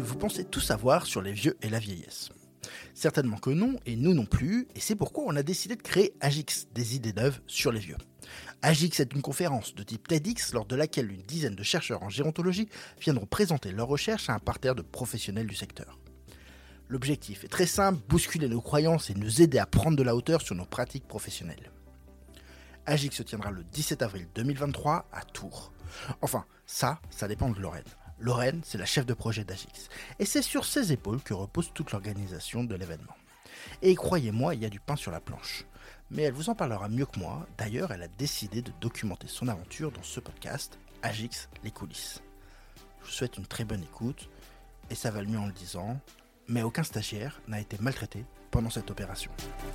que vous pensez tout savoir sur les vieux et la vieillesse. Certainement que non, et nous non plus, et c'est pourquoi on a décidé de créer Agix, des idées neuves sur les vieux. Agix est une conférence de type TEDx lors de laquelle une dizaine de chercheurs en gérontologie viendront présenter leurs recherches à un parterre de professionnels du secteur. L'objectif est très simple, bousculer nos croyances et nous aider à prendre de la hauteur sur nos pratiques professionnelles. Agix se tiendra le 17 avril 2023 à Tours. Enfin, ça dépend de Lorraine. Lorraine, c'est la chef de projet d'Agix. Et c'est sur ses épaules que repose toute l'organisation de l'événement. Et croyez-moi, il y a du pain sur la planche. Mais elle vous en parlera mieux que moi. D'ailleurs, elle a décidé de documenter son aventure dans ce podcast, Agix, les coulisses. Je vous souhaite une très bonne écoute, et ça va le mieux en le disant, mais aucun stagiaire n'a été maltraité pendant cette opération.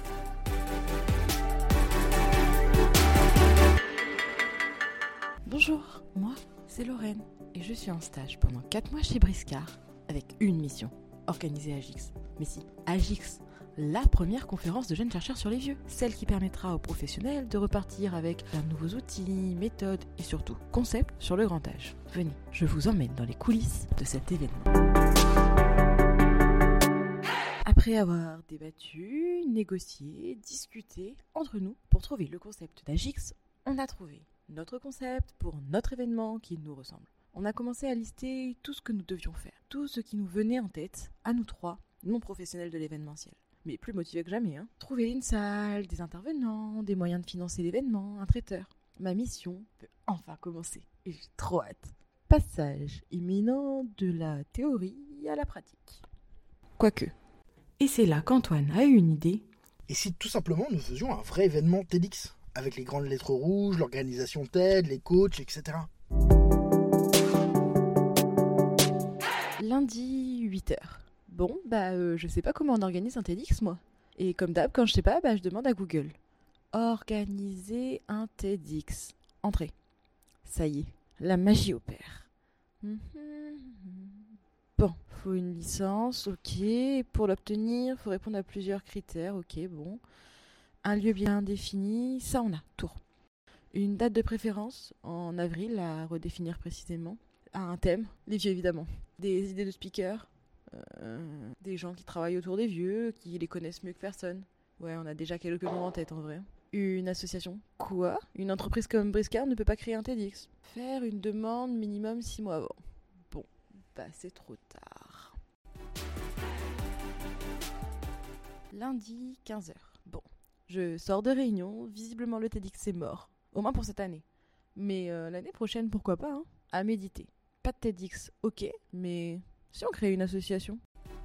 Bonjour, moi, c'est Lorraine, et je suis en stage pendant 4 mois chez Briscard, avec une mission, organiser Agix. Mais si, Agix, la première conférence de jeunes chercheurs sur les vieux, celle qui permettra aux professionnels de repartir avec plein de nouveaux outils, méthodes et surtout concepts sur le grand âge. Venez, je vous emmène dans les coulisses de cet événement. Après avoir débattu, négocié, discuté entre nous pour trouver le concept d'Agix, on a trouvé notre concept pour notre événement qui nous ressemble. On a commencé à lister tout ce que nous devions faire, tout ce qui nous venait en tête, à nous trois, non professionnels de l'événementiel. Mais plus motivés que jamais, hein. Trouver une salle, des intervenants, des moyens de financer l'événement, un traiteur. Ma mission peut enfin commencer, et j'ai trop hâte. Passage imminent de la théorie à la pratique. Quoique. Et c'est là qu'Antoine a eu une idée. Et si tout simplement nous faisions un vrai événement TEDx, avec les grandes lettres rouges, l'organisation TED, les coachs, etc. Lundi, 8h. Bon, je sais pas comment on organise un TEDx, moi. Et comme d'hab, quand je sais pas, je demande à Google. Organiser un TEDx. Entrée. Ça y est, la magie opère. Bon, faut une licence, ok. Pour l'obtenir, faut répondre à plusieurs critères, ok, bon. Un lieu bien défini, ça on a, Tours. Une date de préférence, en avril, à redéfinir précisément. Un thème, les vieux évidemment. Des idées de speakers, des gens qui travaillent autour des vieux, qui les connaissent mieux que personne. Ouais, on a déjà quelques noms en tête en vrai. Une association. Quoi ? Une entreprise comme Briscard ne peut pas créer un TEDx. Faire une demande minimum 6 mois avant. Bon, c'est trop tard. Lundi, 15h. Bon. Je sors de réunion, visiblement le TEDx est mort, au moins pour cette année. Mais l'année prochaine, pourquoi pas, hein ? À méditer. Pas de TEDx, ok, mais si on crée une association ?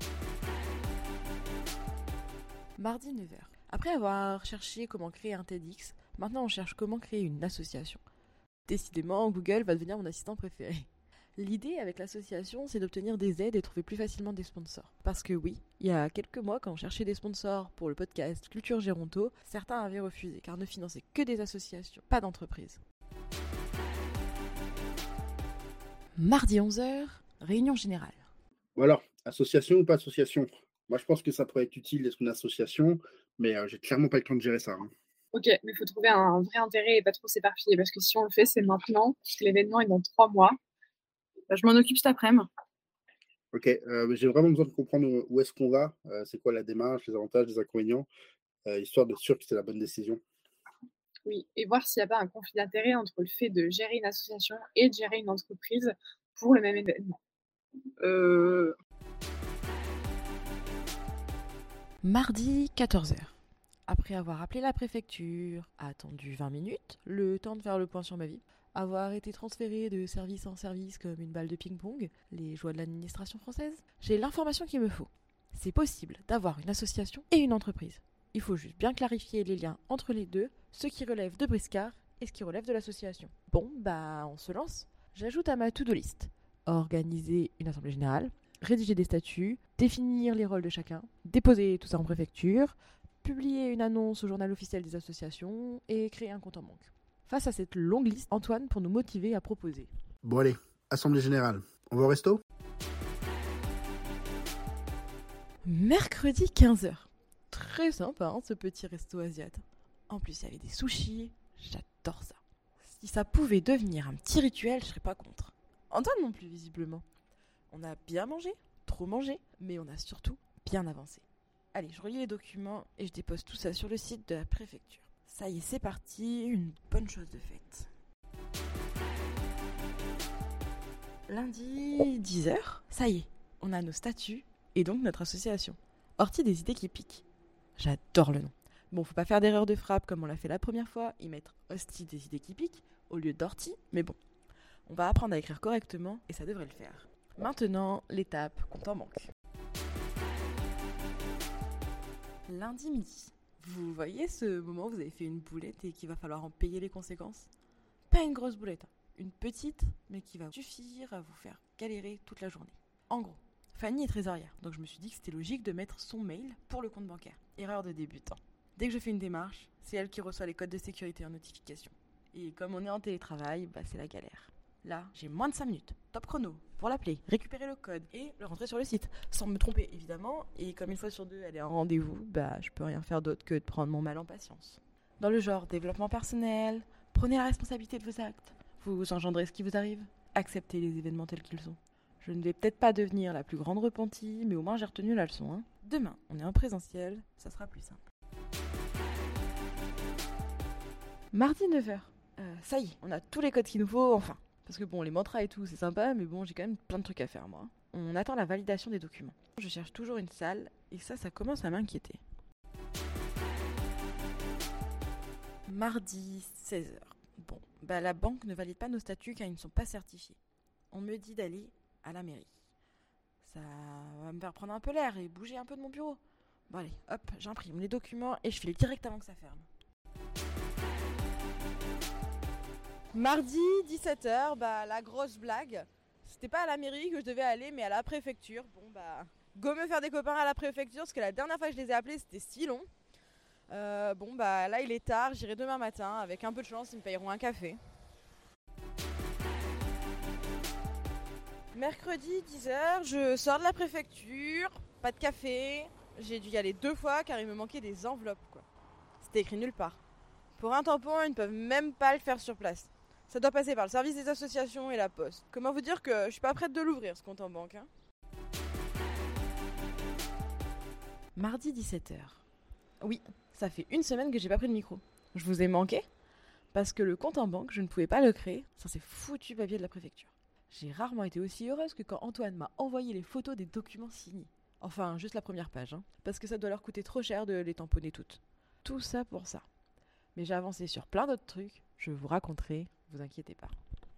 Mardi 9h. Après avoir cherché comment créer un TEDx, maintenant on cherche comment créer une association. Décidément, Google va devenir mon assistant préféré. L'idée avec l'association, c'est d'obtenir des aides et trouver plus facilement des sponsors. Parce que oui, il y a quelques mois, quand on cherchait des sponsors pour le podcast Culture Géronto, certains avaient refusé, car ne finançaient que des associations, pas d'entreprises. Mardi 11h, réunion générale. Bon alors, association ou pas association ? Moi, je pense que ça pourrait être utile d'être une association, mais j'ai clairement pas le temps de gérer ça. Ok, mais il faut trouver un vrai intérêt et pas trop s'éparpiller, parce que si on le fait, c'est maintenant, parce que l'événement est dans 3 mois. Je m'en occupe cet après-midi. Ok, j'ai vraiment besoin de comprendre où est-ce qu'on va, c'est quoi la démarche, les avantages, les inconvénients, histoire d'être sûr que c'est la bonne décision. Oui, et voir s'il n'y a pas un conflit d'intérêt entre le fait de gérer une association et de gérer une entreprise pour le même événement. Mardi 14h. Après avoir appelé la préfecture, attendu 20 minutes, le temps de faire le point sur ma vie, avoir été transféré de service en service comme une balle de ping-pong, les joies de l'administration française, j'ai l'information qu'il me faut. C'est possible d'avoir une association et une entreprise. Il faut juste bien clarifier les liens entre les deux, ce qui relève de Briscard et ce qui relève de l'association. Bon, on se lance. J'ajoute à ma to-do list. Organiser une assemblée générale, rédiger des statuts, définir les rôles de chacun, déposer tout ça en préfecture, publier une annonce au journal officiel des associations et créer un compte en banque. Face à cette longue liste, Antoine pour nous motiver à proposer. Bon allez, assemblée générale. On va au resto ? Mercredi 15h. Très sympa ce petit resto asiate. En plus il y avait des sushis, j'adore ça. Si ça pouvait devenir un petit rituel, je serais pas contre. Antoine non plus visiblement. On a bien mangé, trop mangé, mais on a surtout bien avancé. Allez, je relis les documents et je dépose tout ça sur le site de la préfecture. Ça y est, c'est parti, une bonne chose de faite. Lundi, 10h, ça y est, on a nos statuts et donc notre association. Ortie des idées qui piquent. J'adore le nom. Bon, faut pas faire d'erreur de frappe comme on l'a fait la première fois et mettre Hostie des idées qui piquent au lieu d'Ortie, mais bon, on va apprendre à écrire correctement et ça devrait le faire. Maintenant, l'étape compte en banque. Lundi midi. Vous voyez ce moment où vous avez fait une boulette et qu'il va falloir en payer les conséquences ? Pas une grosse boulette, une petite, mais qui va suffire à vous faire galérer toute la journée. En gros, Fanny est trésorière, donc je me suis dit que c'était logique de mettre son mail pour le compte bancaire. Erreur de débutant. Dès que je fais une démarche, c'est elle qui reçoit les codes de sécurité en notification. Et comme on est en télétravail, c'est la galère. Là, j'ai moins de 5 minutes, top chrono, pour l'appeler, récupérer le code et le rentrer sur le site, sans me tromper évidemment, et comme une fois sur deux elle est en rendez-vous, je peux rien faire d'autre que de prendre mon mal en patience. Dans le genre développement personnel, prenez la responsabilité de vos actes, vous engendrez ce qui vous arrive, acceptez les événements tels qu'ils sont. Je ne vais peut-être pas devenir la plus grande repentie, mais au moins j'ai retenu la leçon. Hein. Demain, on est en présentiel, ça sera plus simple. Mardi 9h, ça y est, on a tous les codes qu'il nous faut, enfin. Parce que bon, les mantras et tout, c'est sympa, mais bon, j'ai quand même plein de trucs à faire, moi. On attend la validation des documents. Je cherche toujours une salle, et ça commence à m'inquiéter. Mardi, 16h. Bon, la banque ne valide pas nos statuts car ils ne sont pas certifiés. On me dit d'aller à la mairie. Ça va me faire prendre un peu l'air et bouger un peu de mon bureau. Bon allez, hop, j'imprime les documents et je file direct avant que ça ferme. Mardi, 17h, la grosse blague. C'était pas à la mairie que je devais aller, mais à la préfecture. Bon, go me faire des copains à la préfecture, parce que la dernière fois que je les ai appelés, c'était si long. Là, il est tard, j'irai demain matin. Avec un peu de chance, ils me payeront un café. Mercredi, 10h, je sors de la préfecture, pas de café. J'ai dû y aller 2 fois, car il me manquait des enveloppes, quoi. C'était écrit nulle part. Pour un tampon, ils ne peuvent même pas le faire sur place. Ça doit passer par le service des associations et la poste. Comment vous dire que je suis pas prête de l'ouvrir, ce compte en banque, hein. Mardi 17h. Oui, ça fait 1 semaine que j'ai pas pris le micro. Je vous ai manqué ? Parce que le compte en banque, je ne pouvais pas le créer sans ces foutus papiers de la préfecture. J'ai rarement été aussi heureuse que quand Antoine m'a envoyé les photos des documents signés. Enfin, juste la première page, hein. Parce que ça doit leur coûter trop cher de les tamponner toutes. Tout ça pour ça. Mais j'ai avancé sur plein d'autres trucs, je vous raconterai, vous inquiétez pas.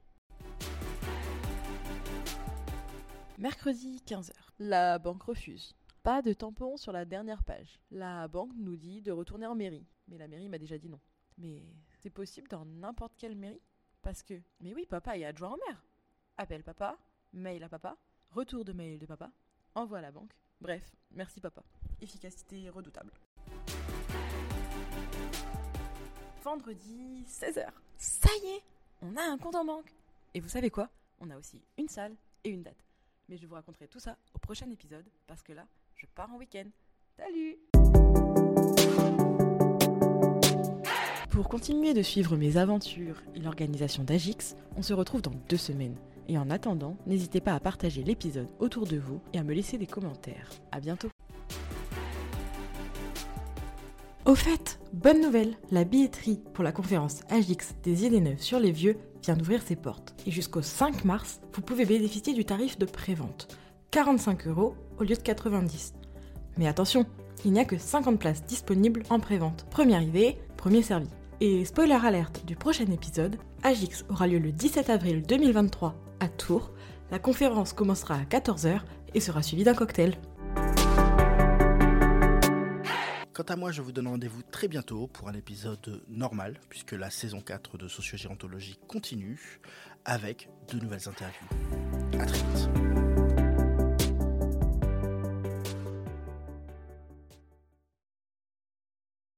Mercredi 15h, la banque refuse. Pas de tampon sur la dernière page. La banque nous dit de retourner en mairie, mais la mairie m'a déjà dit non. Mais c'est possible dans n'importe quelle mairie ? Parce que, mais oui, papa est adjoint au maire. Appel papa, mail à papa, retour de mail de papa, envoi à la banque. Bref, merci papa. Efficacité redoutable. Vendredi, 16h. Ça y est, on a un compte en banque. Et vous savez quoi ? On a aussi une salle et une date. Mais je vous raconterai tout ça au prochain épisode, parce que là, je pars en week-end. Salut ! Pour continuer de suivre mes aventures et l'organisation d'Agix, on se retrouve dans 2 semaines. Et en attendant, n'hésitez pas à partager l'épisode autour de vous et à me laisser des commentaires. À bientôt. Au fait, bonne nouvelle, la billetterie pour la conférence Agix des idées neuves sur les vieux vient d'ouvrir ses portes. Et jusqu'au 5 mars, vous pouvez bénéficier du tarif de prévente. 45 € au lieu de 90. Mais attention, il n'y a que 50 places disponibles en prévente. Premier arrivé, premier servi. Et spoiler alerte du prochain épisode, Agix aura lieu le 17 avril 2023 à Tours. La conférence commencera à 14h et sera suivie d'un cocktail. Quant à moi, je vous donne rendez-vous très bientôt pour un épisode normal, puisque la saison 4 de Sociogérontologie continue, avec de nouvelles interviews. À très vite.